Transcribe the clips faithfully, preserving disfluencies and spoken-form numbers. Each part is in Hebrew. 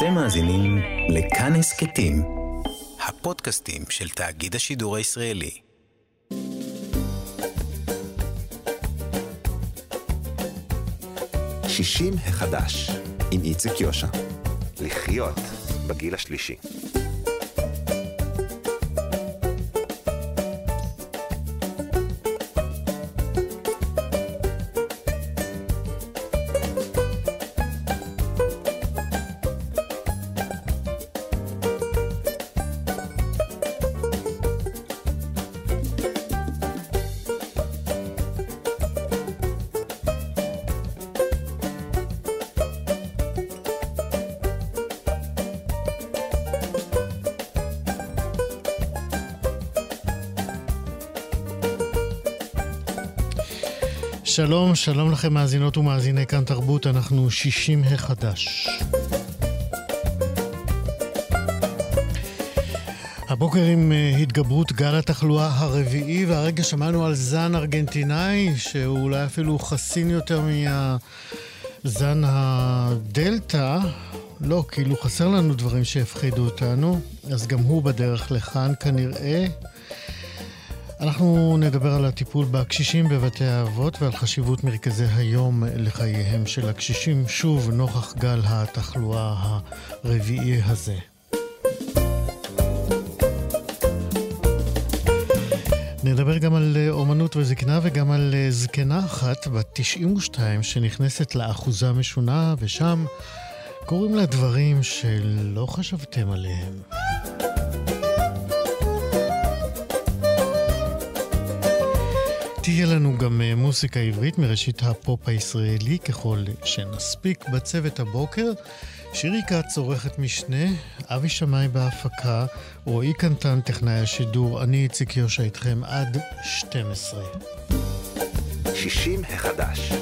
אתם מאזינים לכאן הסכתים, הפודקאסטים של תאגיד השידור הישראלי. שישים החדש, עם איציק יושע. לחיות בגיל השלישי. שלום, שלום לכם מאזינות ומאזיני כאן תרבות, אנחנו שישים החדש. הבוקר עם התגברות גל התחלואה הרביעי, והרגע שמענו על זן ארגנטינאי, שהוא אולי אפילו חסין יותר מהזן הדלטה. לא, כאילו חסר לנו דברים שהפחידו אותנו, אז גם הוא בדרך לכאן כנראה. אנחנו נדבר על הטיפול בקשישים בבתי האבות ועל חשיבות מרכזי היום לחייהם של הקשישים, שוב נוכח גל התחלואה הרביעי הזה. נדבר גם על אומנות וזקנה וגם על זקנה אחת בת תשעים ושתיים שנכנסת לאחוזה משונה, ושם קוראים לה דברים שלא חשבתם עליהם. תהיה לנו גם מוסיקה עברית מראשית הפופ הישראלי ככל שנספיק. בצוות הבוקר שירי כץ עורכת משנה, אבי שמאי בהפקה, רועי קנטן טכנאי השידור, אני איציק יושע איתכם עד שתים עשרה. שישים החדש.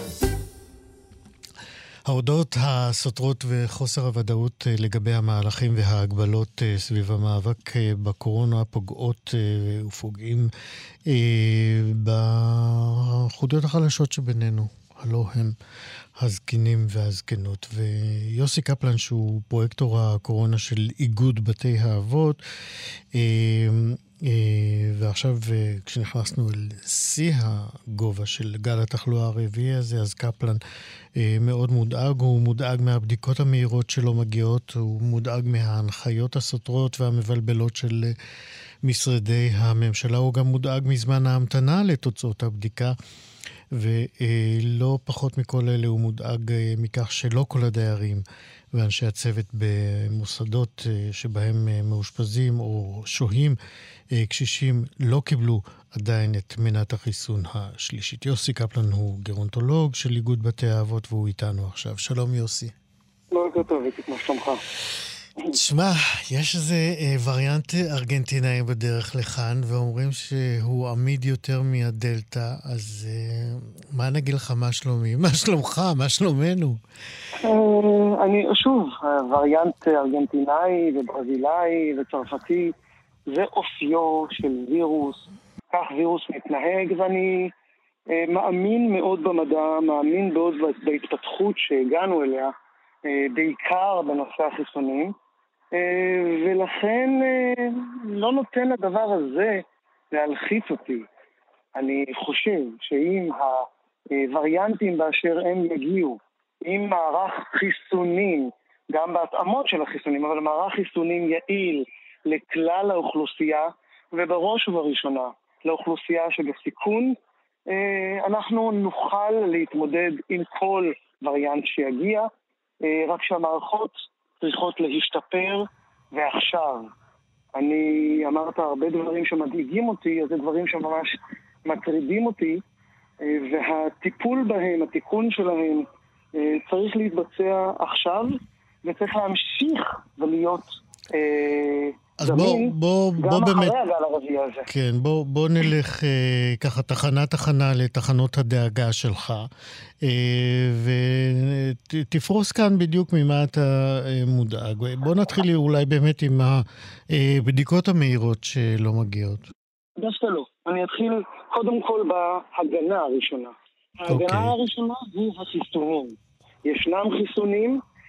ההודעות הסותרות וחוסר הוודאות לגבי המהלכים וההגבלות סביב המאבק בקורונה פוגעות ופוגעים בחוליות החלשות שבינינו, הלא הם הזקנים והזקנות. ויוסי קפלן, שהוא פרויקטור הקורונה של איגוד בתי האבות, ועכשיו כשנכנסנו אל שיא הגובה של גל התחלואה הרביעי הזה, אז קפלן מאוד מודאג, הוא מודאג מהבדיקות המהירות שלו מגיעות, הוא מודאג מההנחיות הסותרות והמבלבלות של משרדי הממשלה, הוא גם מודאג מזמן ההמתנה לתוצאות הבדיקה, ולא פחות מכל אלה הוא מודאג מכך שלא כל הדיירים ואנשי הצוות במוסדות שבהם מאושפזים או שוהים קשישים לא קיבלו עדיין את מנת החיסון השלישית. יוסי קפלן הוא גרונטולוג של איגוד בתי האבות והוא איתנו עכשיו. שלום יוסי. בוקר טוב, איציק, מה שלומך? תשמע, יש איזה וריאנט ארגנטינאי בדרך לכאן ואומרים שהוא עמיד יותר מהדלטה, אז מה נגיד לך, מה שלומי? מה שלומך? מה שלומנו? אני, שוב, וריאנט ארגנטינאי וברזילאי וצרפתי, זה אופיו של וירוס, כך וירוס מתנהג, ואני מאמין מאוד במדע, מאמין מאוד בהתפתחות שהגענו אליה, בעיקר בנושא החיסונים, ולכן לא נותן לדבר הזה להלחיץ אותי. אני חושב שאם הווריאנטים באשר הם יגיעו, עם מערך חיסונים, גם בהתאמות של החיסונים, אבל מערך חיסונים יעיל לכלל האוכלוסייה, ובראש ובראשונה לאוכלוסייה שבסיכון, אנחנו נוכל להתמודד עם כל וריאנט שיגיע, רק שהמערכות צריכות להשתפר, ועכשיו. אני אמרת הרבה דברים שמדאיגים אותי, אז זה דברים שממש מטרידים אותי, והטיפול בהם, התיקון שלהם, צריך להתבצע עכשיו, וצריך להמשיך ולהיות אז זמין, בוא, בוא, גם בוא אחרי באמת, הגל הרביעי הזה. כן, בוא, בוא נלך אה, ככה תחנה-תחנה לתחנות הדאגה שלך, אה, ותפרוס כאן בדיוק ממה אתה אה, מודאג. בוא נתחיל אולי באמת עם הבדיקות המהירות שלא מגיעות. דווקא לא. אני אתחיל קודם כל בהגנה הראשונה. ההגנה okay. הראשונה היא החיסונים. ישנם חיסונים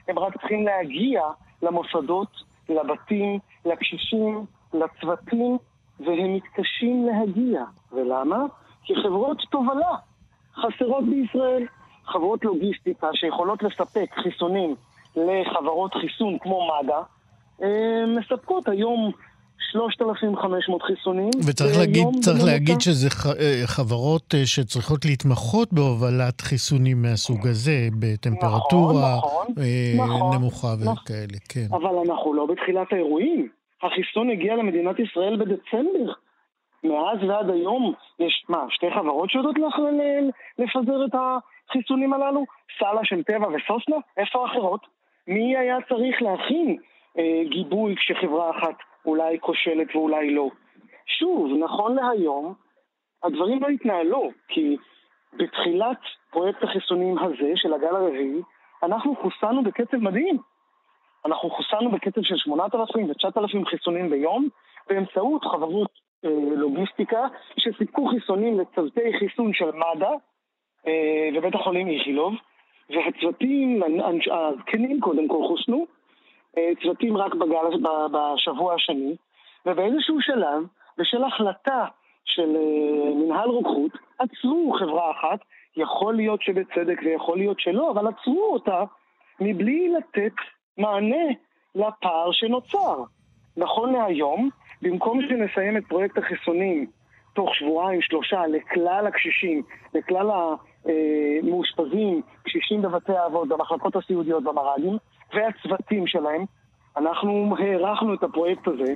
הם רק צריכים להגיע למוסדות, לבתים, לקשישים, לצוותים, והם מתקשים להגיע. ולמה? כי חברות תובלה חסרות בישראל. חברות לוגיסטיקה שיכולות לספק חיסונים לחברות חיסון כמו מד"א, מספקות היום שלושת אלפים וחמש מאות חיסונים. וצריך להגיד, צריך להגיד שזה חברות שצריכות להתמחות בהובלת חיסונים מהסוג הזה, בטמפרטורה נכון, נכון, נמוכה נכון. וכאלה, כן. אבל אנחנו לא בתחילת האירועים. החיסון הגיע למדינת ישראל בדצמבר. מאז ועד היום יש, מה, שתי חברות שיודעות לפזר את החיסונים הללו? סלה של טבע וסוסנה? איפה האחרות? מי היה צריך להכין אה, גיבוי כשחברה אחת אולי כושלת ואולי לא? שוב, נכון להיום, הדברים לא התנהלו, כי בתחילת פרויקט החיסונים הזה של הגל הרביעי, אנחנו חוסנו בקצב מדהים. אנחנו חוסנו בקצב של שמונת אלפים ותשעת אלפים חיסונים ביום, באמצעות חברות אה, לוגיסטיקה שסיפקו חיסונים לצוותי חיסון של מד"א אה, ובית החולים איכילוב, והצוותים, הזקנים קודם כל חוסנו, אה, צוותים רק בגל, בשבוע השני, ובאיזשהו שלב, בשל החלטה של אה, מנהל רוקחות, עצרו חברה אחת, יכול להיות שבצדק ויכול להיות שלא, אבל עצרו אותה מבלי לתת מענה לפער שנוצר. נכון להיום, במקום שנסיים את פרויקט החיסונים תוך שבועיים, שלושה, לכלל הקשישים, לכלל המאושפזים, קשישים בבתי האבות, במחלקות הסיעודיות, במר"גים, והצוותים שלהם, אנחנו הערכנו את הפרויקט הזה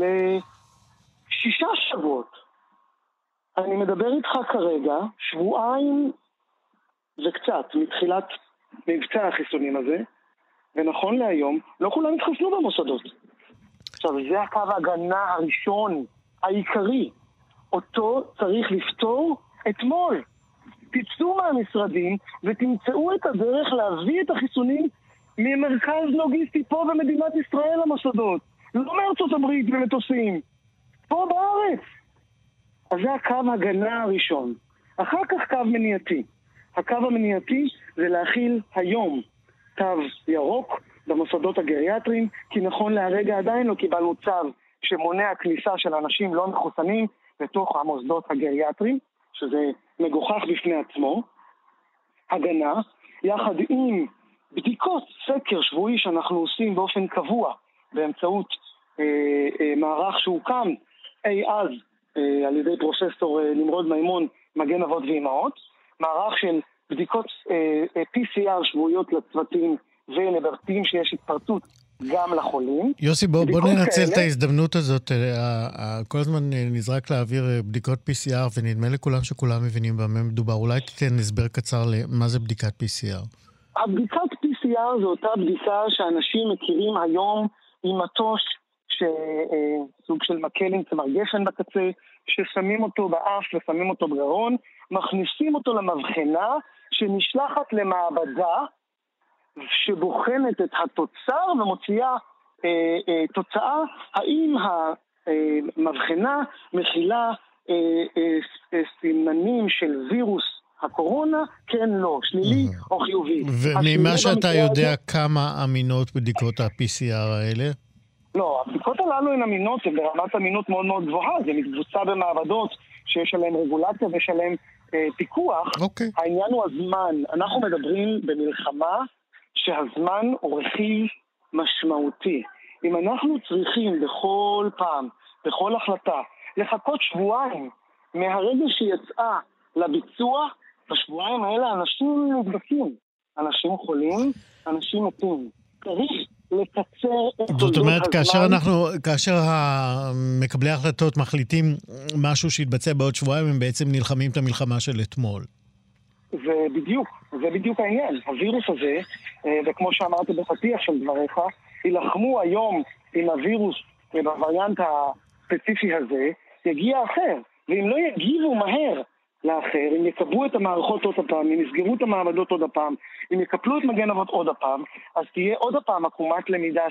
לשישה שבועות. אני מדבר איתך כרגע, שבועיים וקצת, מתחילת מבצע החיסונים הזה, ונכון להיום, לא כולם התחסנו במוסדות. עכשיו, זה הקו ההגנה הראשון, העיקרי. אותו צריך לפתור אתמול. תצאו מהמשרדים ותמצאו את הדרך להביא את החיסונים ממרכז לוגיסטי פה במדינת ישראל למוסדות. לא מארצות הברית במטוסים. פה בארץ. אז זה הקו הגנה הראשון. אחר כך קו מניעתי. הקו המניעתי זה להכיל היום תו ירוק במוסדות הגריאטריים, כי נכון להרגע עדיין לא קיבלנו צו שמונע כניסה של אנשים לא מחוסנים לתוך המוסדות הגריאטריים, שזה מגוחך בפני עצמו. הגנה, יחד עם בדיקות סקר שבועי שאנחנו עושים באופן קבוע, באמצעות אה, אה, מערך שהוקם אי אז אה, על ידי פרופסור אה, נמרוד מימון, מגן אבות ואימהות, מערך של בדיקות אה, אה, פי סי אר שבועיות לצוותים ולבתים שיש התפרצות גם לחולים. יוסי, בוא, בוא ננצל כאלה. את ההזדמנות הזאת. כל הזמן נזרק להעביר בדיקות פי סי אר, ונדמה לכולם שכולם מבינים במה מדובר. אולי תיתן הסבר קצר למה זה בדיקת פי סי אר. הבדיקת פי סי אר זו אותה בדיקה שאנשים מכירים היום עם מטוש, סוג של מקל עם צמר גפן בקצה, ששמים אותו באף ושמים אותו בגרון, מכניסים אותו למבחנה שנשלחת למעבדה, שבוחנת את התוצר ומוציאה אה, אה, תוצאה, האם המבחנה מכילה אה, אה, אה, סימנים של וירוס הקורונה, כן, לא, שלילי mm-hmm. או חיובי. וממה שאתה יודע, הזה... כמה אמינות בדיקות ה-פי סי אר האלה? לא, הבדיקות הללו הן אמינות, הן ברמת אמינות מאוד מאוד גבוהה, זה מתבוצע במעבדות שיש עליהן רגולציה ויש עליהן אה, פיקוח. Okay. העניין הוא הזמן. אנחנו מדברים במלחמה שהזמן הוא רכיב משמעותי. אם אנחנו צריכים בכל פעם, בכל החלטה, לחכות שבועיים מהרגע שיצאה לביצוע, בשבועיים האלה אנשים נדבקים, אנשים חולים, אנשים מתים. צריך לקצר את זאת אומרת, הזמן. כאשר אנחנו, כאשר מקבלי ההחלטות מחליטים משהו שיתבצע בעוד שבועיים, הם בעצם נלחמים את המלחמה של אתמול. זה בדיוק, זה בדיוק העניין. הווירוס הזה, וכמו שאמרתי בפתיח של דבריך, ילחמו היום עם הווירוס בווריאנט הספציפי הזה, יגיע אחר. ואם לא יגיבו מהר לאחר, אם יקבלו את המערכות עוד הפעם, אם יסגרו את המעבדות עוד הפעם, אם יקפלו את מגן אבות עוד הפעם, אז תהיה עוד הפעם עקומת למידה של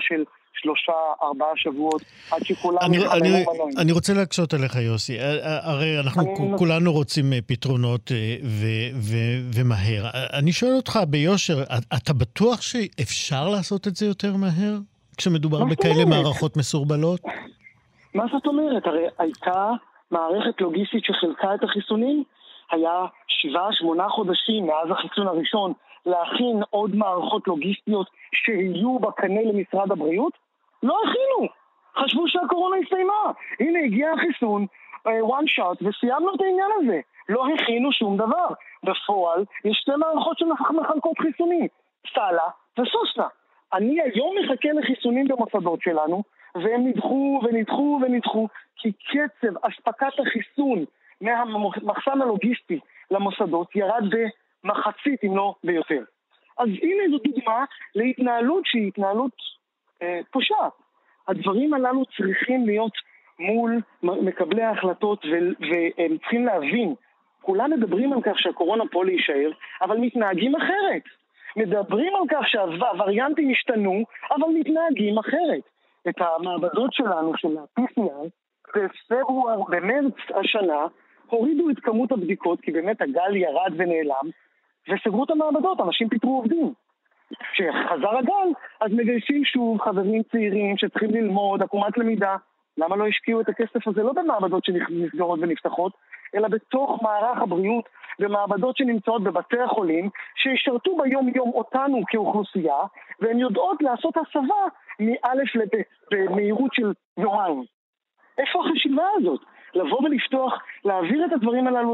שלושה, ארבעה שבועות, עד שכולם אני, יחמנו אני, מנועים. אני רוצה להקשות עליך, יוסי. הרי אנחנו אני... כולנו רוצים פתרונות ו, ו, ומהר. אני שואל אותך ביושר, אתה בטוח שאפשר לעשות את זה יותר מהר? כשמדובר בכאלה מערכות מסורבלות? מה זאת אומרת? הרי הייתה מערכת לוגיסטית שחילקה את החיסונים, היה שבעה, שמונה חודשים מאז החיסון הראשון, להכין עוד מערכות לוגיסטיות שיהיו בקנה למשרד הבריאות? לא הכינו. חשבו שהקורונה הסתיימה. הנה הגיע החיסון, one shot, וסיימנו את העניין הזה. לא הכינו שום דבר. בפועל יש שתי מערכות שמחלקות חיסונים, סאלה וסוסנה. אני היום מחכה לחיסונים במוסדות שלנו, והם נדחו ונדחו ונדחו, כי קצב אספקת החיסון מהמחסן הלוגיסטי למוסדות ירד במחצית, אם לא ביותר. אז הנה זו דוגמה להתנהלות שהיא התנהלות אה, פושעת. הדברים הללו צריכים להיות מול מקבלי ההחלטות, ו- והם צריכים להבין, כולם מדברים על כך שהקורונה פה להישאר, אבל מתנהגים אחרת. מדברים על כך שהווריאנטים השתנו, אבל מתנהגים אחרת. את המעבדות שלנו, של ה-פי סי אר, בפברואר, במרץ השנה, הורידו את כמות הבדיקות, כי באמת הגל ירד ונעלם, וסגרו את המעבדות, אנשים פיטרו עובדים. כשחזר הגל, אז מגייסים שוב חברים צעירים שצריכים ללמוד, עקומת למידה. למה לא השקיעו את הכסף הזה לא במעבדות שנסגרות ונפתחות, אלא בתוך מערך הבריאות, במעבדות שנמצאות בבתי החולים, שישרתו ביום יום אותנו כאוכלוסייה, והן יודעות לעשות הסבה מאלף לב' במהירות של יומיים. איפה החשיבה הזאת? לבוא ולפתוח, להעביר את הדברים הללו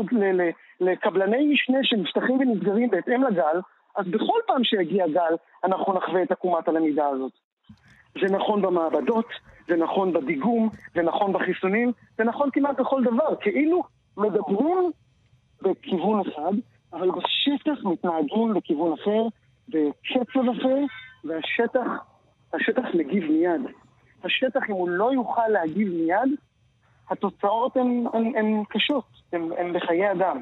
לקבלני משנה שנפתחים ונסגרים בהתאם לגל, אז בכל פעם שיגיע גל, אנחנו נחווה את עקומת הלמידה הזאת. זה נכון במעבדות, זה נכון בדיגום, זה נכון בחיסונים, זה נכון כמעט בכל דבר. כאילו מדברים בכיוון אחד, אבל בשטח מתנהגים בכיוון אחר, בקצב אחר, והשטח, השטח מגיב מיד. השטח, אם הוא לא יוכל להגיב מיד, התוצאות הן, הן, הן קשות, הן, הן בחיי אדם.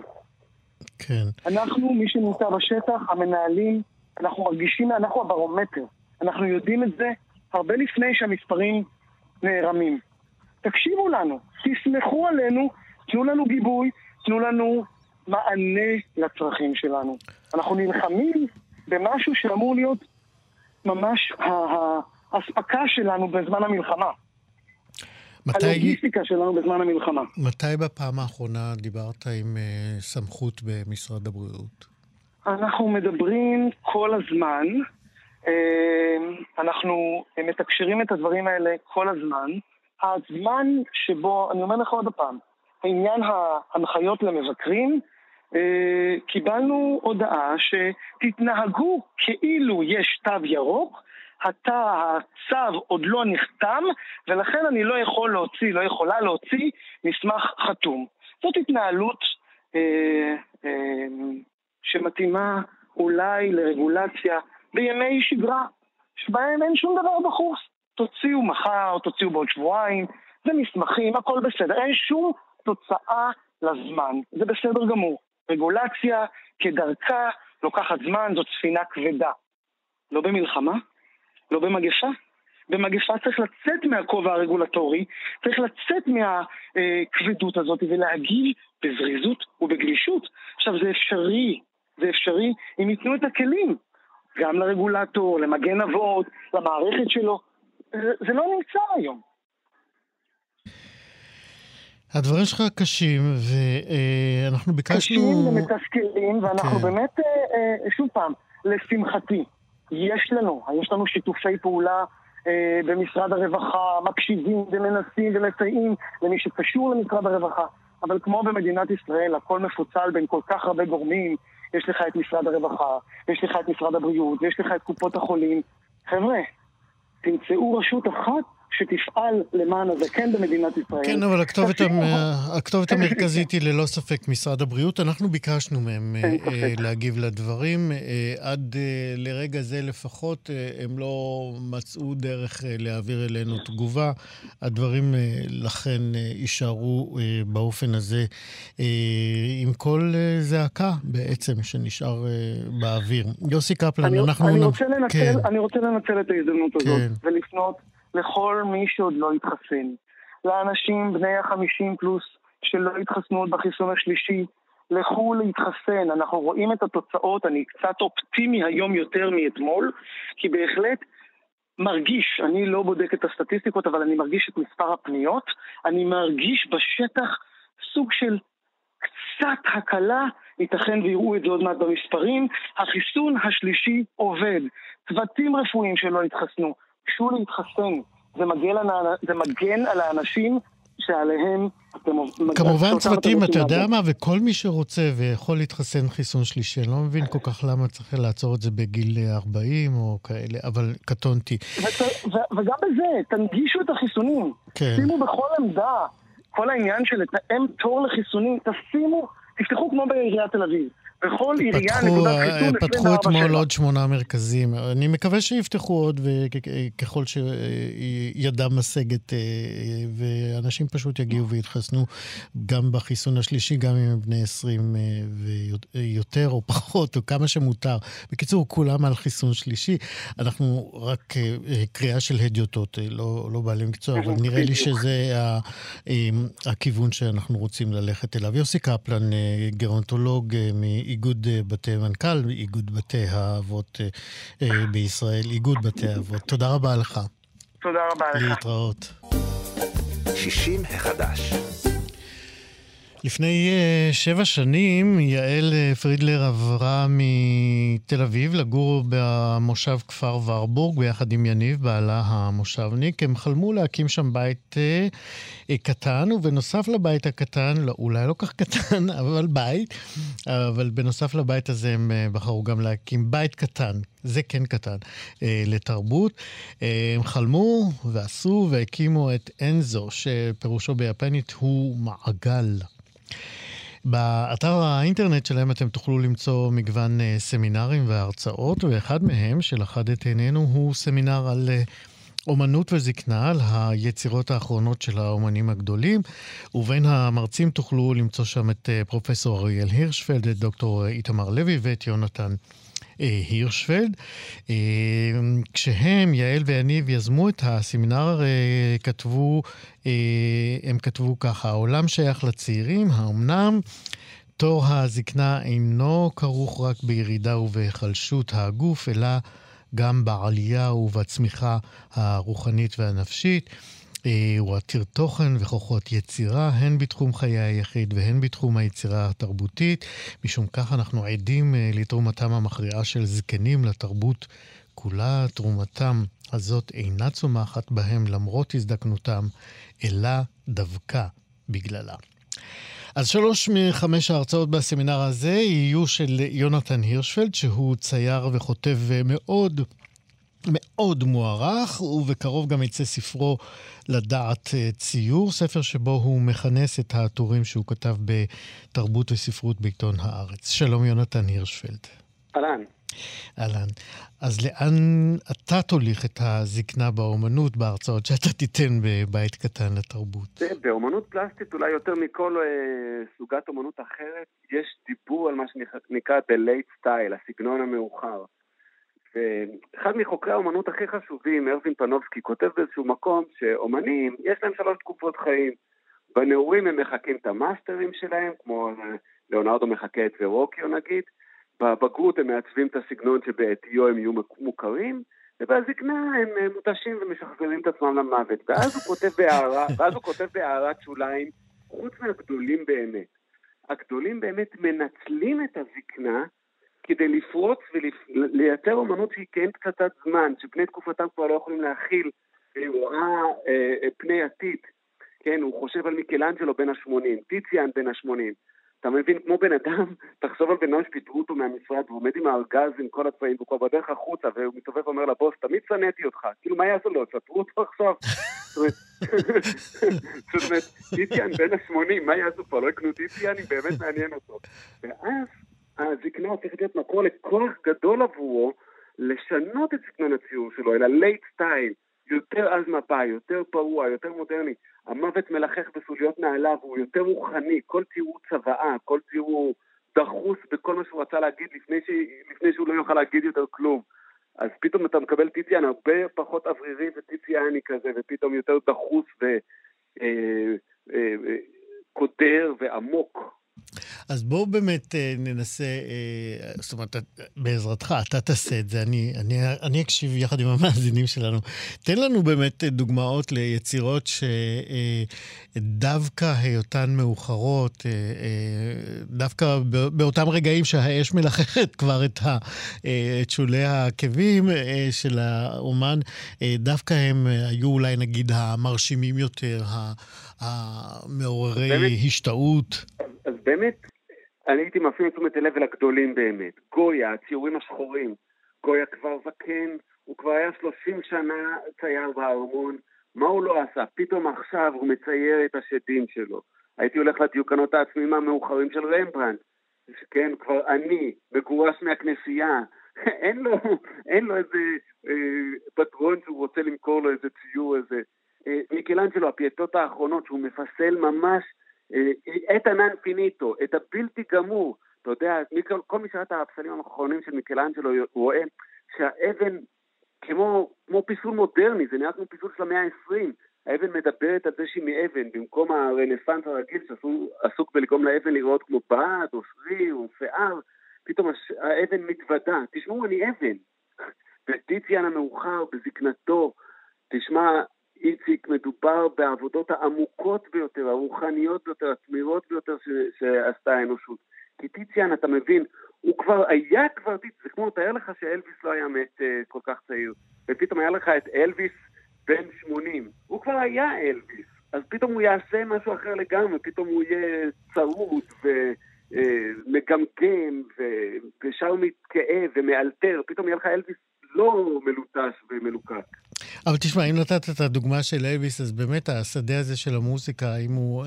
כן. אנחנו, מי שנמצא בשטח, המנהלים, אנחנו מרגישים, אנחנו הברומטר. אנחנו יודעים את זה הרבה לפני שהמספרים נערמים. תקשיבו לנו, תסמכו עלינו, תנו לנו גיבוי, תנו לנו מענה לצרכים שלנו. אנחנו נלחמים במשהו שאמור להיות ממש ההספקה שלנו בזמן המלחמה. מתי... הלוגיסטיקה שלנו בזמן המלחמה. מתי בפעם האחרונה דיברת עם uh, סמכות במשרד הבריאות? אנחנו מדברים כל הזמן. Uh, אנחנו מתקשרים את הדברים האלה כל הזמן. הזמן שבו, אני אומר לך עוד הפעם, העניין ההנחיות למבקרים, uh, קיבלנו הודעה שתתנהגו כאילו יש תו ירוק, התא, הצו עוד לא נחתם, ולכן אני לא יכול להוציא, לא יכולה להוציא מסמך חתום. זאת התנהלות אה, אה, שמתאימה אולי לרגולציה בימי שגרה, שבהם אין שום דבר בחוץ. תוציאו מחר, תוציאו בעוד שבועיים, זה מסמכים, הכל בסדר. אין שום תוצאה לזמן, זה בסדר גמור. רגולציה כדרכה לוקחת זמן, זאת ספינה כבדה. לא במלחמה? לא במגפה. במגפה צריך לצאת מהכובע הרגולטורי, צריך לצאת מהכבדות הזאת ולהגיב בזריזות ובגלישות. עכשיו זה אפשרי, זה אפשרי אם ייתנו את הכלים, גם לרגולטור, למגן אבות, למערכת שלו. זה, זה לא נמצא היום. הדברים שלך קשים, ואנחנו ביקשנו... קשים ומתסכלים, ואנחנו כן. באמת, שוב פעם, לשמחתי, יש לנו, יש לנו שיתופי פעולה אה, במשרד הרווחה, מקשיבים ומנסים ומסייעים למי שקשור למשרד הרווחה, אבל כמו במדינת ישראל, הכל מפוצל בין כל כך הרבה גורמים, יש לך את משרד הרווחה, יש לך את משרד הבריאות, יש לך את קופות החולים. חבר'ה, תמצאו רשות אחת שתפעל למען הזקן במדינת ישראל. כן, אבל הכתובת, המ... הכתובת המרכזית היא ללא ספק משרד הבריאות. אנחנו ביקשנו מהם להגיב לדברים. עד לרגע זה לפחות הם לא מצאו דרך להעביר אלינו תגובה. הדברים לכן יישארו באופן הזה עם כל זעקה בעצם שנשאר באוויר. יוסי קפלן, אני, אנחנו... אני, רוצה לנצל, כן. אני רוצה לנצל את ההזדמנות הזאת כן. ולפנות לכל מי שעוד לא התחסן. לאנשים בני החמישים פלוס שלא התחסנו עוד בחיסון השלישי, לכו להתחסן. אנחנו רואים את התוצאות, אני קצת אופטימי היום יותר מאתמול, כי בהחלט מרגיש, אני לא בודק את הסטטיסטיקות, אבל אני מרגיש את מספר הפניות, אני מרגיש בשטח סוג של קצת הקלה, ייתכן ויראו את זה עוד מעט במספרים, החיסון השלישי עובד. צוותים רפואיים שלא התחסנו, שו להתחסן, זה מגן, זה מגן על האנשים שעליהם אתם... כמובן צוותים, אתה יודע מה, וכל מי שרוצה ויכול להתחסן חיסון שלישי, אני לא מבין כל כך למה צריך לעצור את זה בגיל ארבעים או כאלה, אבל קטונתי. וגם בזה, תנגישו את החיסונים, שימו בכל עמדה, כל העניין של לתאם תור לחיסונים, תשימו, תפתחו כמו בעיריית תל אביב. בכל עירייה נקודת חיסון פתחו אתמול עוד שמונה מרכזים. אני מקווה שיפתחו עוד, וככל שידם משגת, ואנשים פשוט יגיעו ויתחסנו גם בחיסון השלישי, גם אם הם בני עשרים ויותר או פחות, או כמה שמותר. בקיצור, כולם על חיסון שלישי. אנחנו רק קריאה של הדיוטות, לא, לא בעלי מקצוע, אבל נראה לי שזה הכיוון שאנחנו רוצים ללכת אליו. יוסי קפלן, גרונטולוג מ איגוד בתי מנכ"ל, איגוד בתי האבות בישראל, איגוד בתי האבות. תודה רבה לך. תודה רבה לך. להתראות. שישים החדש. לפני שבע שנים יעל פרידלר עברה מתל אביב לגור במושב כפר ורבורג ביחד עם יניב, בעלה המושבניק. הם חלמו להקים שם בית קטן, ובנוסף לבית הקטן, לא, אולי לא כך קטן, אבל בית, אבל בנוסף לבית הזה הם בחרו גם להקים בית קטן, זה כן קטן, לתרבות. הם חלמו ועשו והקימו את אנזו, שפירושו ביפנית הוא מעגל. באתר האינטרנט שלהם אתם תוכלו למצוא מגוון סמינרים והרצאות, ואחד מהם שלחד את עינינו הוא סמינר על אומנות וזקנה, על היצירות האחרונות של האומנים הגדולים, ובין המרצים תוכלו למצוא שם את פרופסור אריאל הירשפלד, את דוקטור איתמר לוי ואת יונתן הירשפלד. כשהם, יעל ויניב, יזמו את הסמינר, כתבו, הם כתבו ככה: העולם שייך לצעירים, האמנם תור הזקנה אינו כרוך רק בירידה ובחלשות הגוף, אלא גם בעלייה ובצמיחה הרוחנית והנפשית. הוא עתיר תוכן וכוחות יצירה, הן בתחום חיי היחיד והן בתחום היצירה התרבותית. משום כך אנחנו עדים לתרומתם המכריעה של זקנים לתרבות כולה. תרומתם הזאת אינה צומחת בהם למרות הזדקנותם, אלא דווקא בגללה. אז שלוש מחמש ההרצאות בסמינר הזה יהיו של יונתן הירשפלד, שהוא צייר וכותב מאוד מאוד מוערך, ובקרוב גם יצא ספרו לדעת ציור, ספר שבו הוא מכנס את הטורים שהוא כתב בתרבות וספרות בעיתון הארץ. שלום יונתן הירשפלד. אהלן. אהלן. אז לאן אתה תוליך את הזקנה באומנות בהרצאות שאתה תיתן בבית קטן לתרבות? באומנות פלסטית אולי יותר מכל אה, סוגת אומנות אחרת, יש דיבור על מה שנקרא the late style, הסגנון המאוחר. ואחד מחוקרי האומנות הכי חשובים, ארווין פנובסקי, כותב באיזשהו מקום שאומנים, יש להם שלוש תקופות חיים. בנעורים הם מחכים את המאסטרים שלהם, כמו ליאונרדו מחכה את ורוקיו נגיד, בבגרות הם מעצבים את הסגנון שבעתיו הם יהיו מוכרים, ובזקנה הם מותשים ומשחזרים את עצמם למוות. ואז הוא כותב בהערה, ואז הוא כותב בהערת שוליים, חוץ מהגדולים באמת. הגדולים באמת מנצלים את הזקנה, כדי לפרוץ ולייצר אומנות שהיא כן פצצת זמן, שבני תקופתם כבר לא יכולים להכיל, הוא רואה אה, פני עתיד, כן, הוא חושב על מיקלאנג'לו בן השמונים, טיציאן בן השמונים, אתה מבין, כמו בן אדם, תחשוב על בן אדם שפיטרו אותו מהמשרד, והוא עומד עם הארגז עם כל הצבעים, והוא כבר בדרך החוצה, והוא מתובב ואומר לבוס, תמיד צנאתי אותך, כאילו מה יעשו לו, צפרו אותו עכשיו? זאת אומרת, טיציאן בן השמונים, מה יעשו פה, לא יקנו טיציאן, אם באמת מעניין אותו. ואז הזקנה הופכת להיות מקור לכוח גדול עבורו לשנות את סגנון הציור שלו, אלא late style, יותר אז מפה, יותר פרוע, יותר מודרני. המוות מלחך בסוליות נעליו, הוא יותר רוחני, כל ציור הוא צבאה, כל ציור הוא דחוס בכל מה שהוא רצה להגיד לפני, ש... לפני שהוא לא יוכל להגיד יותר כלום. אז פתאום אתה מקבל טיציאן הרבה פחות אוורירי וטיציאני כזה, ופתאום יותר דחוס וקודר ועמוק. אז בואו באמת ננסה, זאת אומרת, בעזרתך, אתה תעשה את זה, אני, אני, אני אקשיב יחד עם המאזינים שלנו. תן לנו באמת דוגמאות ליצירות שדווקא היותן מאוחרות, דווקא באותם רגעים שהאש מלחכת כבר את, ה, את שולי העקבים של האומן, דווקא הם היו אולי נגיד המרשימים יותר, המעוררי השתאות. אז באמת, אני הייתי מפעיל תשומת הלב אל הגדולים באמת. גויה, הציורים השחורים. גויה כבר זקן, הוא כבר היה שלושים שנה צייר בארמון. מה הוא לא עשה? פתאום עכשיו הוא מצייר את השדים שלו. הייתי הולך לדיוקנות העצמיים המאוחרים של רמברנדט. כן, כבר אני, מגורש מהכנסייה. אין לו, אין לו איזה אה, פטרון שהוא רוצה למכור לו איזה ציור, איזה... אה, מיקלאנג'לו, הפייטות האחרונות שהוא מפסל ממש את הנן פיניטו, את הבלתי גמור. אתה יודע, כל מי שראה את הפסלים האחרונים של מיקלאנג'לו, הוא רואה שהאבן, כמו, כמו פיסול מודרני, זה נראה כמו פיסול של המאה ה-עשרים, האבן מדברת על זה שהיא מאבן, במקום הרנסנס הרגיל שעסוק בלגרום לאבן לראות כמו בד, או שריר, או שיער, פתאום האבן מתוודה. תשמעו, אני אבן. וטיציאן המאוחר, בזקנתו, תשמע, איציק, מדובר בעבודות העמוקות ביותר, הרוחניות ביותר, התמירות ביותר ש- שעשתה האנושות. כי טיציאן, אתה מבין, הוא כבר היה כבר, זה כמו תאר לך שאלוויס לא היה מת uh, כל כך צעיר, ופתאום היה לך את אלוויס בן שמונים, הוא כבר היה אלוויס, אז פתאום הוא יעשה משהו אחר לגמרי, פתאום הוא יהיה צרוד ומגמגם ו- ושר מתכאב ומאלתר, פתאום יהיה לך אלוויס לא מלוטש ומלוקק. אבל תשמע, אם נתת את הדוגמה של אלוויס, אז באמת השדה הזה של המוזיקה, אם הוא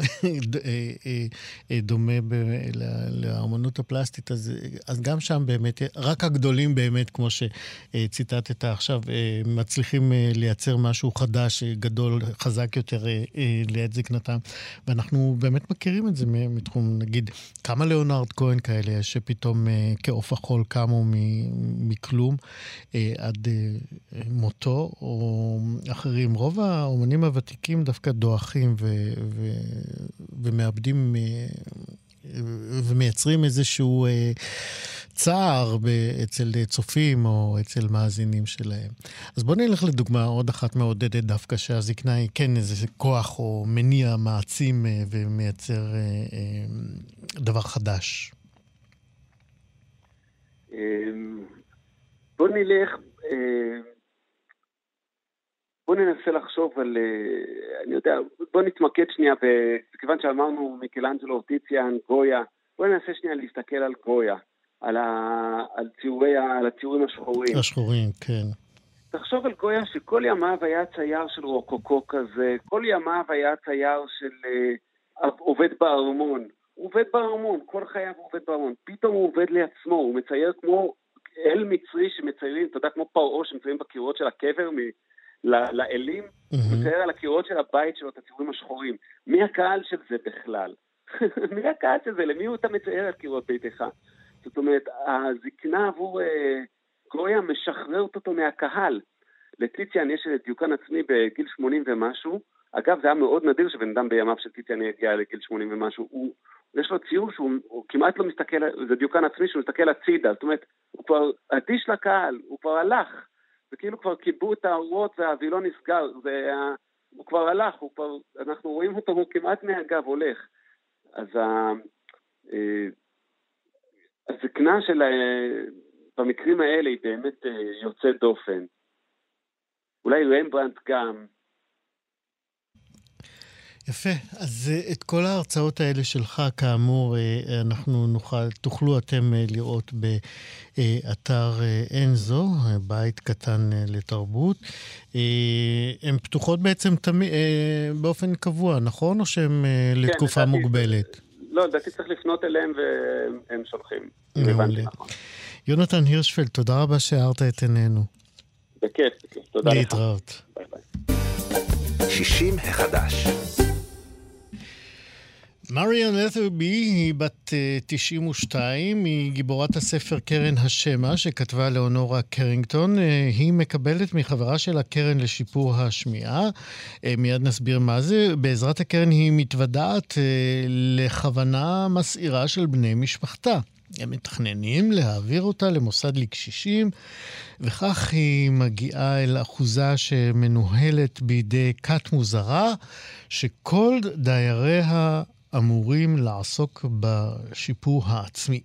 דומה לאמנות הפלסטית, אז, אז גם שם באמת, רק הגדולים באמת, כמו שציטטת עכשיו, מצליחים לייצר משהו חדש, גדול, חזק יותר ליד זקנתם. ואנחנו באמת מכירים את זה מתחום, נגיד, כמה ליאונרד כהן כאלה, שפתאום כעוף החול קמו מכלום עד מותו, או אחרים. רוב האומנים הוותיקים דווקא דואחים ו- ו- ומאבדים ומייצרים איזשהו צער אצל צופים או אצל מאזינים שלהם. אז בוא נלך לדוגמה עוד אחת מעודדת דווקא שהזקנה היא כן איזה כוח או מניע מעצים ומייצר דבר חדש. בוא נלך... בוא ננסה לחשוב על, אני יודע, בוא נתמקד שנייה, וכיוון שאמרנו מיקלאנג'לו, טיציאן, גויה, בוא ננסה שנייה להסתכל על גויה, על, ה, על, ציורי, על הציורים השחורים. השחורים, כן. תחשוב על גויה שכל ימיו היה צייר של רוקוקו כזה, כל ימיו היה צייר של uh, עובד בארמון, הוא עובד בארמון, כל חייו הוא עובד בארמון, פתאום הוא עובד לעצמו, הוא מצייר כמו אל מצרי שמציירים, אתה יודע, כמו פרעה שמציירים בקירות של הקבר מ... לאלים, הוא מצייר על הקירות של הבית שלו את הציורים השחורים. מי הקהל של זה בכלל? מי הקהל של זה? למי הוא אתה מצייר על קירות ביתך? זאת אומרת, הזקנה עבור גויה משחררת אותו מהקהל. לטיציאן יש דיוקן עצמי בגיל שמונים ומשהו. אגב, זה היה מאוד נדיר שבן אדם בימיו של טיציאן יגיע לגיל שמונים ומשהו. הוא, יש לו ציור שהוא כמעט לא מסתכל, זה דיוקן עצמי שהוא מסתכל הצידה. זאת אומרת, הוא כבר אדיש לקהל, הוא כבר הלך. וכאילו כבר קיבו את האורות והווילון נסגר, זה, הוא כבר הלך, הוא כבר, אנחנו רואים אותו, הוא כמעט מהגב הולך. אז ה, הזקנה של, במקרים האלה היא באמת יוצאת דופן. אולי רמברנדט גם. יפה, אז את כל ההרצאות האלה שלך, כאמור, אנחנו נוכל, תוכלו אתם לראות באתר אנזו, בית קטן לתרבות. הן פתוחות בעצם תמי, באופן קבוע, נכון? או שהן כן, לתקופה לדעתי, מוגבלת? לא, לדעתי צריך לפנות אליהם והם שולחים. מעולה. נכון. יונתן הירשפלד, תודה רבה שהארת את עינינו. בכיף, בכיף. תודה לך. להתראות. ביי ביי. שישים החדש. מריאן לת'רבי היא בת תשעים ושתיים, היא גיבורת הספר קרן השמע שכתבה לאונורה קרינגטון. היא מקבלת מחברה שלה קרן לשיפור השמיעה. מיד נסביר מה זה. בעזרת הקרן היא מתוודעת לכוונה מסעירה של בני משפחתה. הם מתכננים להעביר אותה למוסד לקשישים, וכך היא מגיעה אל אחוזה שמנוהלת בידי כת מוזרה, שכל דייריה אמורים לעסוק בשיפור העצמי.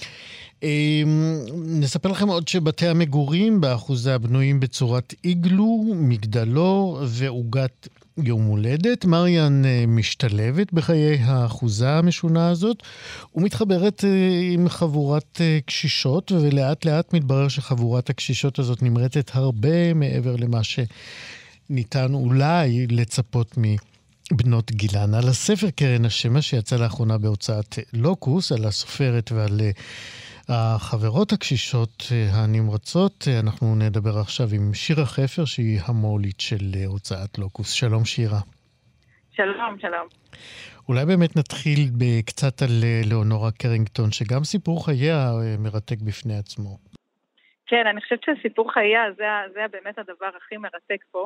נספר לכם עוד שבתי המגורים באחוזה בנויים בצורת איגלו, מגדלור ועוגת יום הולדת. מריאן משתלבת בחיי האחוזה המשונה הזאת ומתחברת עם חבורת קשישות, ולאט לאט מתברר שחבורת הקשישות הזאת נמרצת הרבה מעבר למה שניתן אולי לצפות מבנות גילן. על הספר קרן השמע שיצא לאחרונה בהוצאת לוקוס, על הסופרת ועל החברות הקשישות הנמרצות, אנחנו נדבר עכשיו עם שירה חפר, שהיא המולית של הוצאת לוקוס. שלום שירה. שלום, שלום. אולי באמת נתחיל קצת על לאונורה קרינגטון, שגם סיפור חייה מרתק בפני עצמו. כן, אני חושבת שסיפור חייה זה, זה באמת הדבר הכי מרתק פה.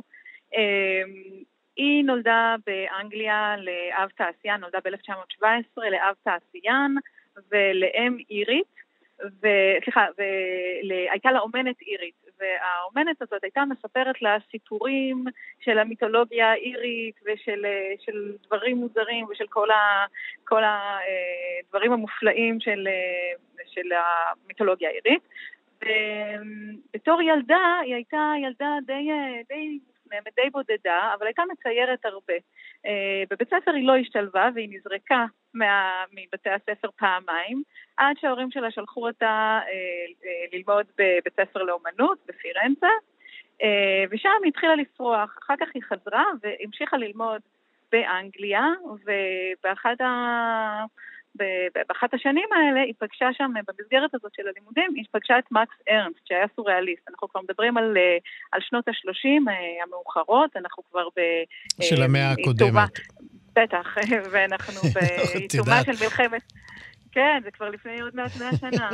היא נולדה באנגליה לאב תעשיין, נולדה ב-אלף תשע מאות שבע עשרה לאב תעשיין ולאם אירית, וסליחה, והייתה לה אומנת אירית, והאומנת הזאת הייתה מספרת לה סיפורים של המיתולוגיה האירית ושל של דברים מוזרים ושל כל ה, כל הדברים המופלאים של, של המיתולוגיה האירית. ובתור ילדה, היא הייתה ילדה די, די, די בודדה, אבל הייתה מציירת הרבה. בבית ספר היא לא השתלבה והיא נזרקה מה, מבתי הספר פעמיים, עד שההורים שלה שלחו אותה ללמוד בבית ספר לאומנות בפירנצה, ושם היא התחילה לפרוח. אחר כך היא חזרה והמשיכה ללמוד באנגליה, ובאחת ה... באחת השנים האלה היא פגשה שם, במסגרת הזאת של הלימודים, היא פגשה את מקס ארנסט, שהיה סוריאליסט. אנחנו כבר מדברים על, על שנות ה-שלושים המאוחרות, אנחנו כבר ב... של המאה הקודמת. בטח, ואנחנו בעיצומה של מלחמת... כן, זה כבר לפני עוד מעט מאה שנה.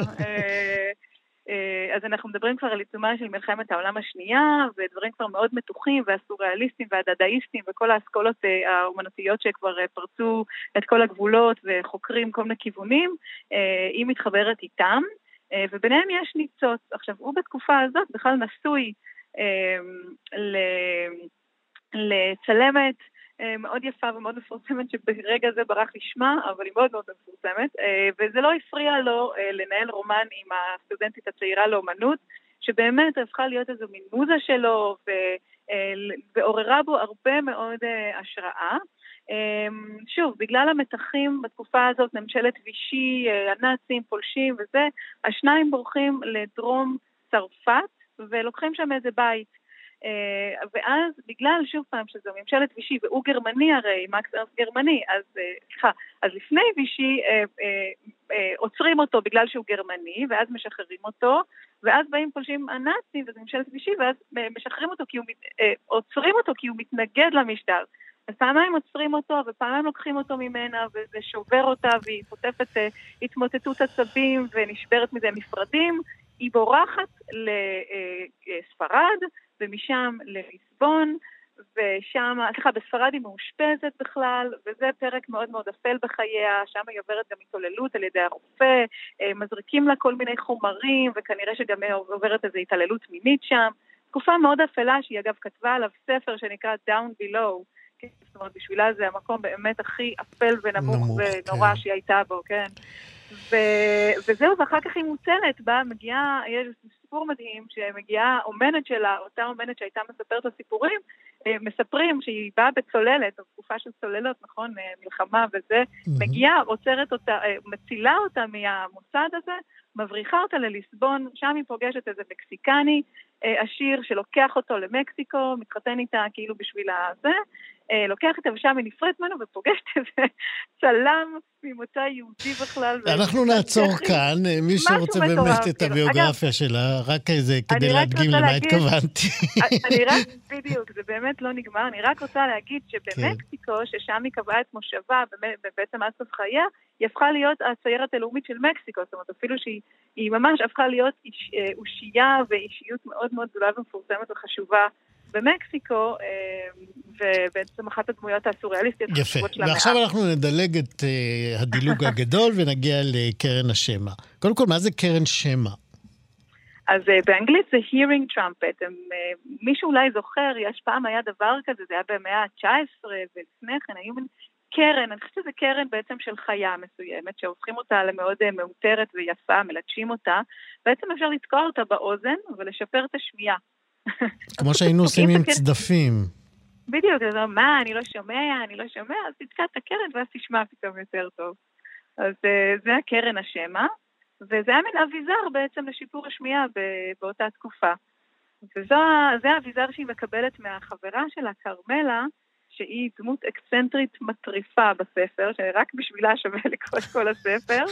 אז אנחנו מדברים כבר על עיצומה של מלחמת העולם השנייה, ודברים כבר מאוד מתוחים, והסוריאליסטים והדדאיסטים, וכל האסכולות האומנותיות שכבר פרצו את כל הגבולות, וחוקרים כל מיני כיוונים, היא מתחברת איתם, וביניהם יש ניצוץ. עכשיו, הוא בתקופה הזאת בכלל נשוי לצלמת, מאוד יפה ומאוד מפורסמת, שברגע זה ברח לשמה, אבל היא מאוד מאוד מפורסמת, וזה לא הפריע לו לנהל רומן עם הסטודנטית הצעירה לאומנות, שבאמת הפכה להיות איזו מין מוזה שלו, ועוררה בו הרבה מאוד השראה. שוב, בגלל המתחים בתקופה הזאת, ממשלת וישי, הנאצים, פולשים וזה, השניים בורחים לדרום צרפת, ולוקחים שם איזה בית. Uh, ואז בגלל שוב פעם שזו ממשלת וישי והוא גרמני, הרי מקס ארנסט גרמני, אז סליחה, uh, אז לפני וישי uh, uh, uh, עוצרים אותו בגלל שהוא גרמני, ואז משחררים אותו, ואז באים פולשים הנאצים וזו ממשלת וישי, ואז uh, משחררים אותו כי הוא uh, עוצרים אותו כי הוא מתנגד למשטר. אז פעמיים עוצרים אותו ופעמיים לוקחים אותו ממנה, וזה שובר אותה והיא חוטפת uh, התמוטטות עצבים ונשברת מזה נפרדים. היא בורחת לספרד, ומשם לליסבון, ושם, סליחה, בספרד היא מאושפזת בכלל, וזה פרק מאוד מאוד אפל בחייה, שם היא עוברת גם התעללות על ידי הרופא, מזריקים לה כל מיני חומרים, וכנראה שגם היא עוברת איזו התעללות מינית שם. תקופה מאוד אפלה, שהיא אגב כתבה עליו ספר שנקרא Down Below, כן? זאת אומרת, בשבילה זה המקום באמת הכי אפל ונמוך נמוך, ונורא כן. שהיא הייתה בו, כן? ו... וזהו, ואחר כך היא מוצלת בה, מגיעה, יש סיפור מדהים, שמגיעה אומנת שלה, אותה אומנת שהייתה מספרת הסיפורים, מספרים שהיא באה בצוללת, תקופה של צוללות, נכון, מלחמה וזה, mm-hmm. מגיעה, עוצרת אותה, מצילה אותה מהמוסד הזה, מבריחה אותה לליסבון, שם היא פוגשת איזה מקסיקני, עשיר שלוקח אותו למקסיקו, מתחתן איתה כאילו בשביל הזה, לוקח את הבשה מנפרט ממנו ופוגשת איזה צלם ממוצא יהודי בכלל. אנחנו נעצור כאן, מי שרוצה באמת את הביוגרפיה שלה, רק איזה כדי להדגים למה התכוונתי. אני רק, בדיוק, זה באמת לא נגמר, אני רק רוצה להגיד שבמקסיקו, ששם היא קבעה את מושבה, ובעצם עד סוף חייה, היא הפכה להיות הציירת הלאומית של מקסיקו, זאת אומרת, אפילו שהיא ממש הפכה להיות אושייה ואישיות מאוד מאוד גדולה ומפורסמת וחשובה במקסיקו, ובעצם אחת הדמויות הסוריאליסטיות החשובות של המאה. ועכשיו אנחנו נדלג את הדילוג הגדול ונגיע לקרן השמע. קודם כל, מה זה קרן שמע? אז באנגלית זה hearing trumpet. מישהו אולי זוכר, יש פעם היה דבר כזה, זה היה במאה ה-תשע עשרה, ולפני כן היו קרן, אני חושבת שזה קרן בעצם של חיה מסוימת, שהופכים אותה למאוד מאותרת ויפה, מלטשים אותה, בעצם אפשר לתקוע אותה באוזן ולשפר את השמיעה. כמו שהיינו עושים עם צדפים. בדיוק, אז מה, אני לא שומע, אני לא שומע, אז תתקע את הקרן ואז תשמע פתאום יותר טוב. אז זה הקרן השמע, וזה היה מן אביזר בעצם לשיפור השמיעה באותה תקופה. וזה האביזר שהיא מקבלת מהחברה שלה, קרמלה, שהיא דמות אקסצנטרית מטריפה בספר, שרק בשבילה שווה לקרוא את כל הספר.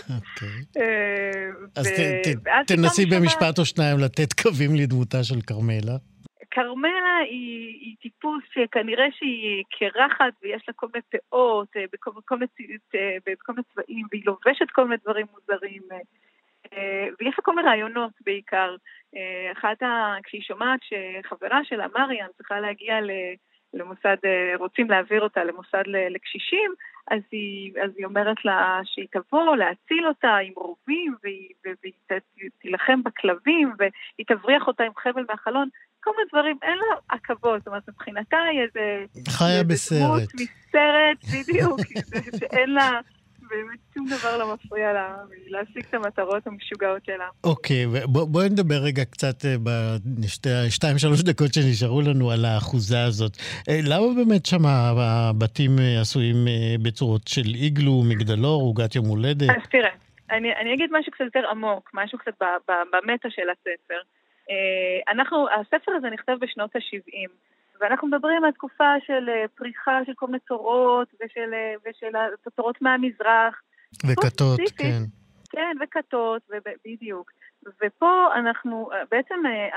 אז תנסי במשפט או שניים לתת קווים לדמותה של קרמלה. קרמלה היא טיפוס שכנראה שהיא קרחת, ויש לה כל מיני פאות, בכל מיני צבעים, והיא לובשת כל מיני דברים מוזרים, ויש לה כל מיני רעיונות בעיקר. אחת, כשהיא שומעת שחברה שלה, מריאן, צריכה להגיע ל... למוסד, רוצים להעביר אותה למוסד לקשישים, אז היא, אז היא אומרת לה שהיא תבוא להציל אותה עם רובים, והיא, והיא תילחם בכלבים, והיא תבריח אותה עם חבל מהחלון, כל מיני דברים, אין לה עקבות, זאת אומרת, מבחינתה היא איזה... חיה בסרט. דמות מסרט, בדיוק, שאין לה... באמת שום דבר לא מפריע לה להשיג את המטרות המשוגעות שלה. אוקיי, בואי נדבר רגע קצת בשתיים שלוש דקות שנשארו לנו על האחוזה הזאת. למה באמת שם הבתים עשויים בצורות של איגלו, מגדלור, עוגת יום הולדת? אז תראה, אני, אני אגיד משהו קצת יותר עמוק, משהו קצת במטה של הספר. אנחנו, הספר הזה נכתב בשנות ה-שבעים, ואנחנו מדברים על תקופה של פריחה של כל מיני תורות, ושל, ושל התורות מהמזרח. וכתות, כן. כן, וכתות, בדיוק. ופה אנחנו, בעצם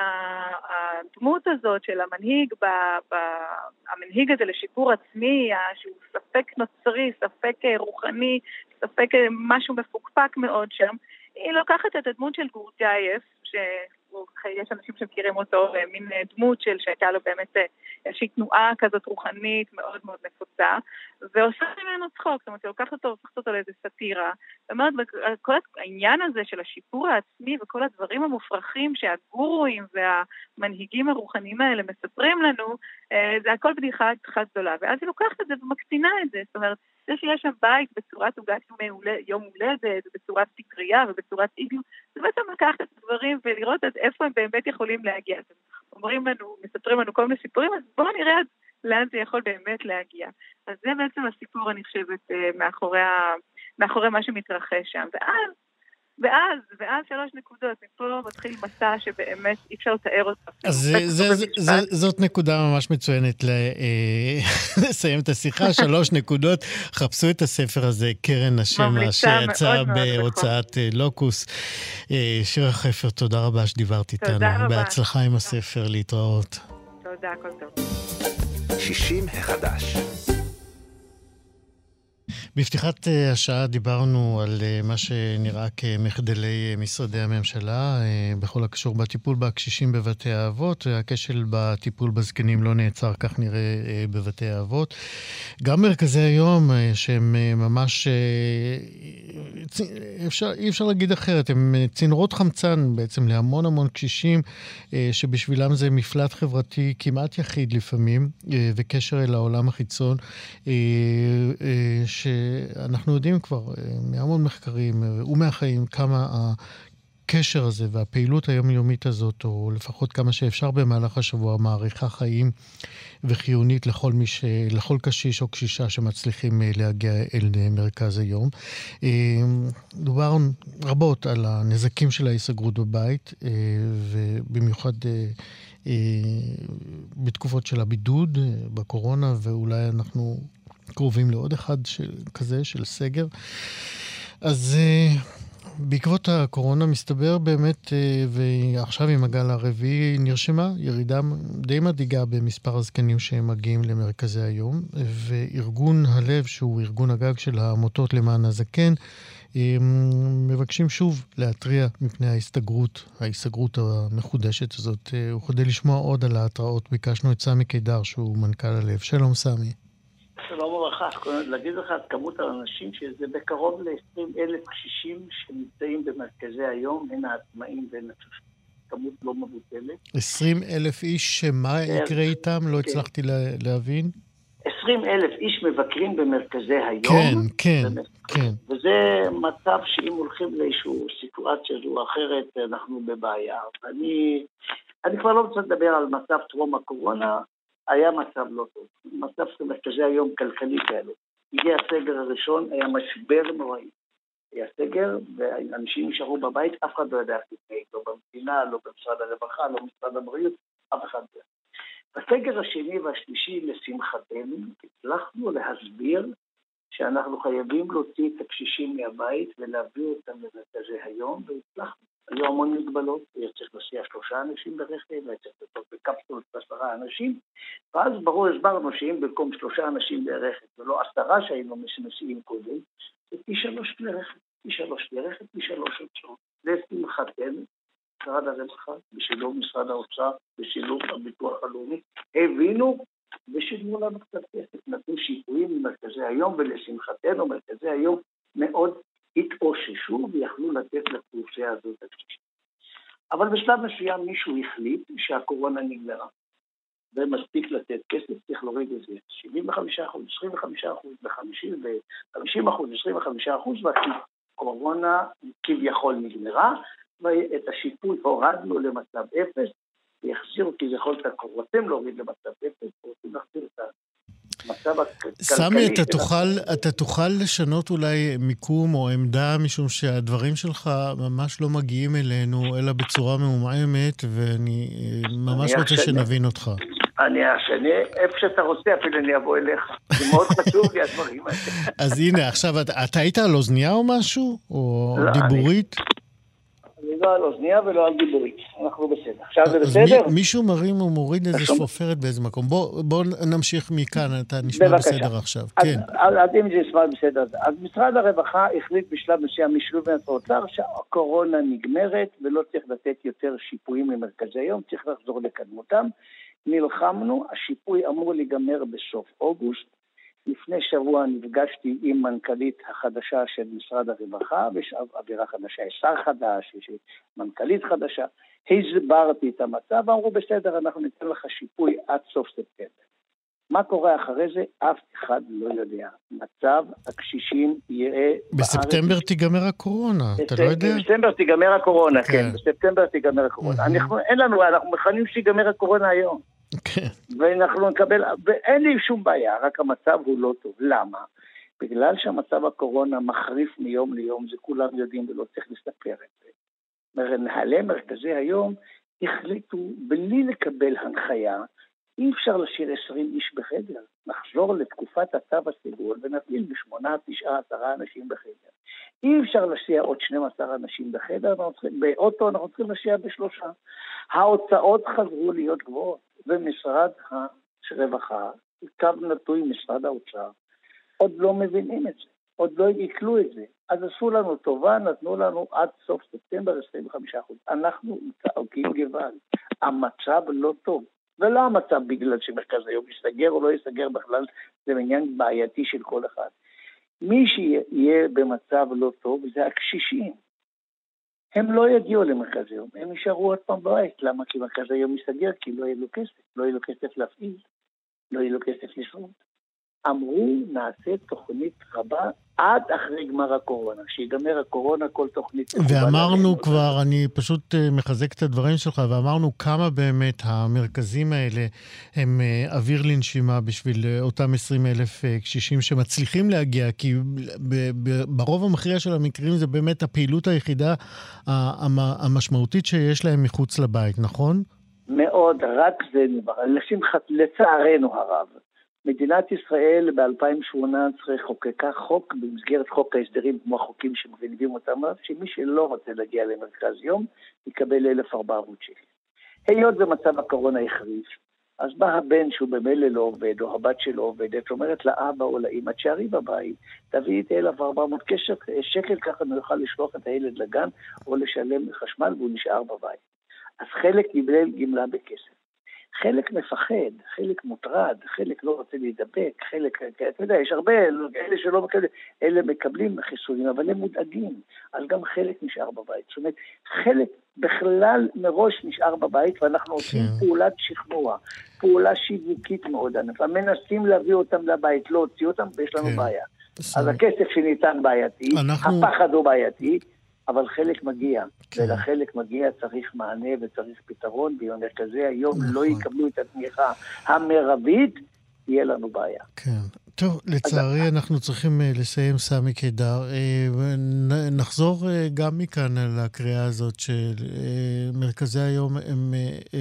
הדמות הזאת של המנהיג, המנהיג הזה לשיפור עצמי, שהוא ספק נוצרי, ספק רוחני, ספק משהו מפוקפק מאוד שם, היא לוקחת את הדמות של גורדייף, ש... יש אנשים שמכירים אותו, מין דמות של שהייתה לו באמת איזושהי תנועה כזאת רוחנית מאוד מאוד נפוצה, ועושה ממנו צחוק, זאת אומרת, לוקחת אותו, הופכת אותו לאיזו סטירה. זאת אומרת, כל העניין הזה של השיפור העצמי וכל הדברים המופרכים שהגורואים והמנהיגים הרוחניים האלה מספרים לנו, זה הכל בדיחה אחת גדולה, ואז היא לוקחת את זה ומקטינה את זה, זאת אומרת, זה שיש שם בית בצורת עוגת יום הולדת, בצורת פטריה ובצורת איגלו, זה בעצם לקחת את הדברים ולראות עד איפה הם באמת יכולים להגיע. אתם אומרים לנו, מספרים לנו כל מיני סיפורים, אז בואו נראה לאן זה יכול באמת להגיע. אז זה בעצם הסיפור, אני חושבת, מאחורי, מאחורי מה שמתרחש שם. ואז, ואז, ואז שלוש נקודות, מפה מתחיל מסע שבאמת אי אפשר לתאר אותה. אז זה, זה, זה, זה, זאת נקודה ממש מצוינת לסיים את השיחה, שלוש נקודות. חפשו את הספר הזה, קרן השמע, שיצא בהוצאת לוקוס. שירה חפר, תודה רבה שדיברת איתנו. בהצלחה עם הספר, להתראות. תודה, כל טוב. שישים החדש. בפתיחת השעה דיברנו על מה שנראה כמחדלי משרדי הממשלה בכל הקשור בטיפול בקשישים בבתי האבות. הכשל בטיפול בזקנים לא נעצר, כך נראה, בבתי האבות. גם מרכזי היום שהם ממש, אפשר, אי אפשר להגיד אחרת, הם צינורות חמצן בעצם להמון המון קשישים שבשבילם זה מפלט חברתי כמעט יחיד לפעמים, וקשר אל העולם החיצון, ש... אנחנו יודעים כבר מהמון מחקרים ומהחיים כמה הקשר הזה והפעילות היומיומית הזאת, או לפחות כמה שאפשר במהלך השבוע, מעריכה חיים וחיונית לכל מי ש... לכל קשיש או קשישה שמצליחים להגיע אל מרכז היום. דובר רבות על הנזקים של ההיסגרות בבית, ובמיוחד בתקופות של הבידוד, בקורונה, ואולי אנחנו קרובים לעוד אחד של, כזה של סגר. אז בעקבות הקורונה מסתבר באמת, ועכשיו עם הגל הרביעי נרשמה ירידה די מדאיגה במספר הזקנים שהם מגיעים למרכזי היום, וארגון הלב, שהוא ארגון הגג של העמותות למען הזקן, מבקשים שוב להטריע מפני ההסתגרות, ההסתגרות המחודשת הזאת. וכדי לשמוע עוד על ההתראות ביקשנו את סמי קידר, שהוא מנכ"ל הלב. שלום סמי. שלום וברכה, להגיד לך את כמות האנשים שזה בקרוב ל-עשרים אלף קשישים שנמצאים במרכזי היום, הן העצמאים והן התשושים. כמות לא מבוטלת. עשרים אלף איש, שמה יקרה איתם? לא הצלחתי להבין. עשרים אלף איש מבקרים במרכזי היום. כן, כן, כן. וזה מצב שאם הולכים לאיזשהו סיטואציה זו או אחרת, אנחנו בבעיה. אני, אני כבר לא רוצה לדבר על מצב טרום הקורונה, היה מצב לא טוב. מצב שמרכזי היום כלכלי כאלו. הגיע הסגר הראשון, היה משבר נוראי. היה סגר, ואנשים נשארו בבית, אף אחד לא יודע איך להתנהג, לא במדינה, לא במשרד הרווחה, לא במשרד הבריאות, אף אחד לא. בסגר השני והשלישי, לשמחתנו, הצלחנו להסביר שאנחנו חייבים להוציא את הקשישים מהבית ולהביא אותם למרכזי היום, והצלחנו. היו המון מגבלות, היה צריך להסיע שלושה אנשים ברכב, היה צריך לעשות בקפסולות עשרה אנשים, ואז ברור הסברנו שאם במקום שלושה אנשים ברכב, ולא עשרה שהיינו מסיעים קודם, זה פי שלוש כלי רכב, פי שלוש כלי רכב, פי שלוש הוצאות. לשמחתנו, משרד הרווחה, בשילוב משרד האוצר, בשילוב הביטוח הלאומי, הבינו ושילמו לנו קצת כסף, נתנו שיפויים ממרכזי היום, ולשמחתנו מרכזי היום מאוד התאוששו ויכלו לתת לאוכלוסייה הזאת הקשישים. אבל בשלב מסוים מישהו החליט שהקורונה נגמרה, ומספיק לתת כסף, צריך להוריד את זה שבעים וחמישה אחוז, עשרים וחמישה אחוז, ב-חמישים אחוז, עשרים וחמישה אחוז, והקורונה כביכול נגמרה, ואת השיפוי הורדנו למצב אפס, והחזירו כביכול את הקורונה, רוצים להוריד למצב אפס, רוצים להחזיר את המצב הכלכלי. סמי, אתה תוכל, אתה תוכל לשנות אולי מיקום או עמדה, משום שהדברים שלך ממש לא מגיעים אלינו, אלא בצורה מעומעמת, ואני ממש רוצה שנבין אותך. אני אשנה, איפה שאתה רוצה, אפילו אני אבוא אליך. זה מאוד חשוב לי, הדברים האלה. אז הנה, עכשיו, אתה היית על אוזניה או משהו? או דיבורית? אני לא על אוזניה ולא על דיבורית. אנחנו בסדר. עכשיו זה בסדר? אז מישהו מרים ומוריד איזה שפופרת באיזה מקום. בוא נמשיך מכאן, אתה נשמע בסדר עכשיו. אז אם זה נשמע בסדר. אז משרד הרווחה החליט בשלב מסוים משילוב בין האוצר שהקורונה נגמרת ולא צריך לתת יותר שיפויים למרכזי היום, צריך לחזור לקדמותם. נלחמנו, השיפוי אמור להיגמר בסוף אוגוסט. לפני שבוע נפגשתי עם מנכ"לית החדשה של משרד הרווחה, ויש אווירה חדשה, יש שר חדש, יש מנכ"לית חדשה. הסברתי את המצב, אמרו בסדר, אנחנו ניתן לך שיפוי עד סוף ספטמבר. מה קורה אחרי זה? אף אחד לא יודע. מצב הקשישים יראה בספטמבר בארץ... תיגמר הקורונה, אתה לא יודע? בספטמבר תיגמר הקורונה, כן. כן. בספטמבר תיגמר הקורונה. אנחנו, אין לנו, אנחנו מכנים שיגמר הקורונה היום. כן. ואנחנו נקבל, ואין לי שום בעיה, רק המצב הוא לא טוב. למה? בגלל שהמצב הקורונה מחריף מיום ליום, זה כולם יודעים ולא צריך לספר את זה. מנהלי מרכזי היום החליטו בלי לקבל הנחיה, אי אפשר לשאיר עשרים איש בחדר, נחזור לתקופת התו הסגול ונפעיל בשמונה, תשעה, עשרה אנשים בחדר. אי אפשר להסיע עוד שנים עשר אנשים בחדר, באוטו אנחנו צריכים להסיע בשלושה. ההוצאות חזרו להיות גבוהות, ומשרד הרווחה, קו נטוי משרד האוצר, עוד לא מבינים את זה, עוד לא יקלו את זה. אז עשו לנו טובה, נתנו לנו עד סוף ספטמבר עשרים וחמישה אחוז. אנחנו צעקים גבל, המצב לא טוב. ולא המצב בגלל שמרכז היום יסתגר או לא יסתגר בכלל, זה עניין בעייתי של כל אחד. מי שיהיה במצב לא טוב זה הקשישים. הם לא יגיעו למרכז היום, הם יישארו עוד פעם בבית. למה? כי מרכז היום יסתגר, כי לא יהיה לו כסף. לא יהיה לו כסף להפעיל, לא יהיה לו כסף לשרוד. אמרו, נעשה תוכנית רבה עד אחרי גמר הקורונה. כשיגמר הקורונה, כל תוכנית... ואמרנו כבר, אני פשוט מחזק את הדברים שלך, ואמרנו כמה באמת המרכזים האלה הם אוויר לנשימה בשביל אותם עשרים אלף קשישים שמצליחים להגיע, כי ברוב המכריע של המקרים זה באמת הפעילות היחידה המשמעותית שיש להם מחוץ לבית, נכון? מאוד, רק זה לשמחת, לצערנו הרב. מדינת ישראל ב-אלפיים שמונה עשרה חוקקה חוק במסגרת חוק ההסדרים כמו החוקים שמגניבים אותם, שמי שלא רוצה להגיע למרכז יום יקבל אלף וארבע מאות שקל. היות במצב הקורונה החריף, אז בא הבן שהוא במילא לא עובד או הבת שלו עובדת, אומרת לאבא או לאמא, תשארי בבית, תביאי את אלף וארבע מאות שקל, ככה נוכל לשלוח את הילד לגן או לשלם חשמל והוא נשאר בבית. אז חלק קיבל גמלה בכסף. חלק מפחד, חלק מוטרד, חלק לא רוצה להידבק, חלק, אתה יודע, יש הרבה, אלה שלא מקבלים, אלה מקבלים חיסונים, אבל הם מודאגים, אז גם חלק נשאר בבית. זאת אומרת, חלק בכלל מראש נשאר בבית, ואנחנו עושים פעולת שכנוע, פעולה שיווקית מאוד ענפה, מנסים להביא אותם לבית, לא הוציא אותם, ויש לנו בעיה. אז הכסף שניתן בעייתי, הפחד הוא בעייתי, אבל חלק מגיע, ולחלק מגיע צריך מענה וצריך פתרון, במרכזי היום לא יקבלו את התמיכה המרבית, יהיה לנו בעיה. כן. טוב, לצערי אנחנו צריכים לסיים, סמי קידר. נחזור גם מכאן על הקריאה הזאת שמרכזי היום הם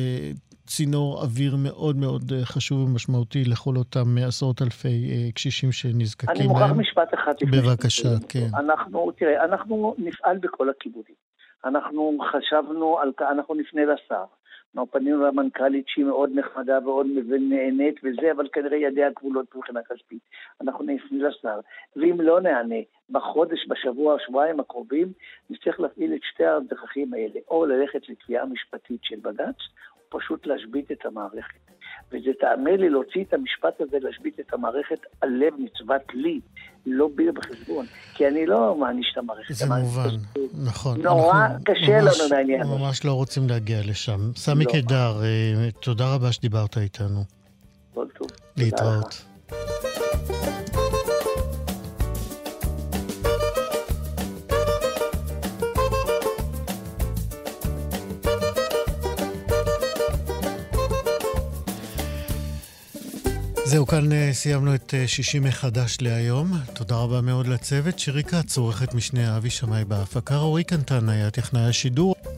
צינור אוויר מאוד מאוד חשוב ומשמעותי לכל אותם עשרות אלפי קשישים שנזקקים להם. אני מוכרח משפט אחד. בבקשה, כן. אנחנו, תראה, אנחנו נפעל בכל הכיוונים. אנחנו חשבנו, על, אנחנו נפנה לשר. אנחנו פנינו למנכ"לית שהיא מאוד נחמדה ועוד נהנית וזה, אבל כנראה ידי הגבולות מבחינה כספית. אנחנו נפנה לשר. ואם לא נענה, בחודש, בשבוע, שבועיים הקרובים, נצטרך להפעיל את שתי הדרכים האלה, או ללכת לתביעה משפטית של בג"ץ, פשוט להשבית את המערכת. וזה תאמר לי להוציא את המשפט הזה, להשבית את המערכת, הלב נצבת לי, לא בי בחשבון. כי אני לא מעניש את המערכת. זה מובן, נכון. נורא קשה לנו מעניין. ממש לא רוצים להגיע לשם. סמי קידר, תודה רבה שדיברת איתנו. כל טוב. להתראות. זהו, כאן סיימנו את שישים מחדש להיום. תודה רבה מאוד לצוות. שירי כץ, עורכת משנה, אבי שמאי בהפקה, אורי קנטן היה טכנאי השידור.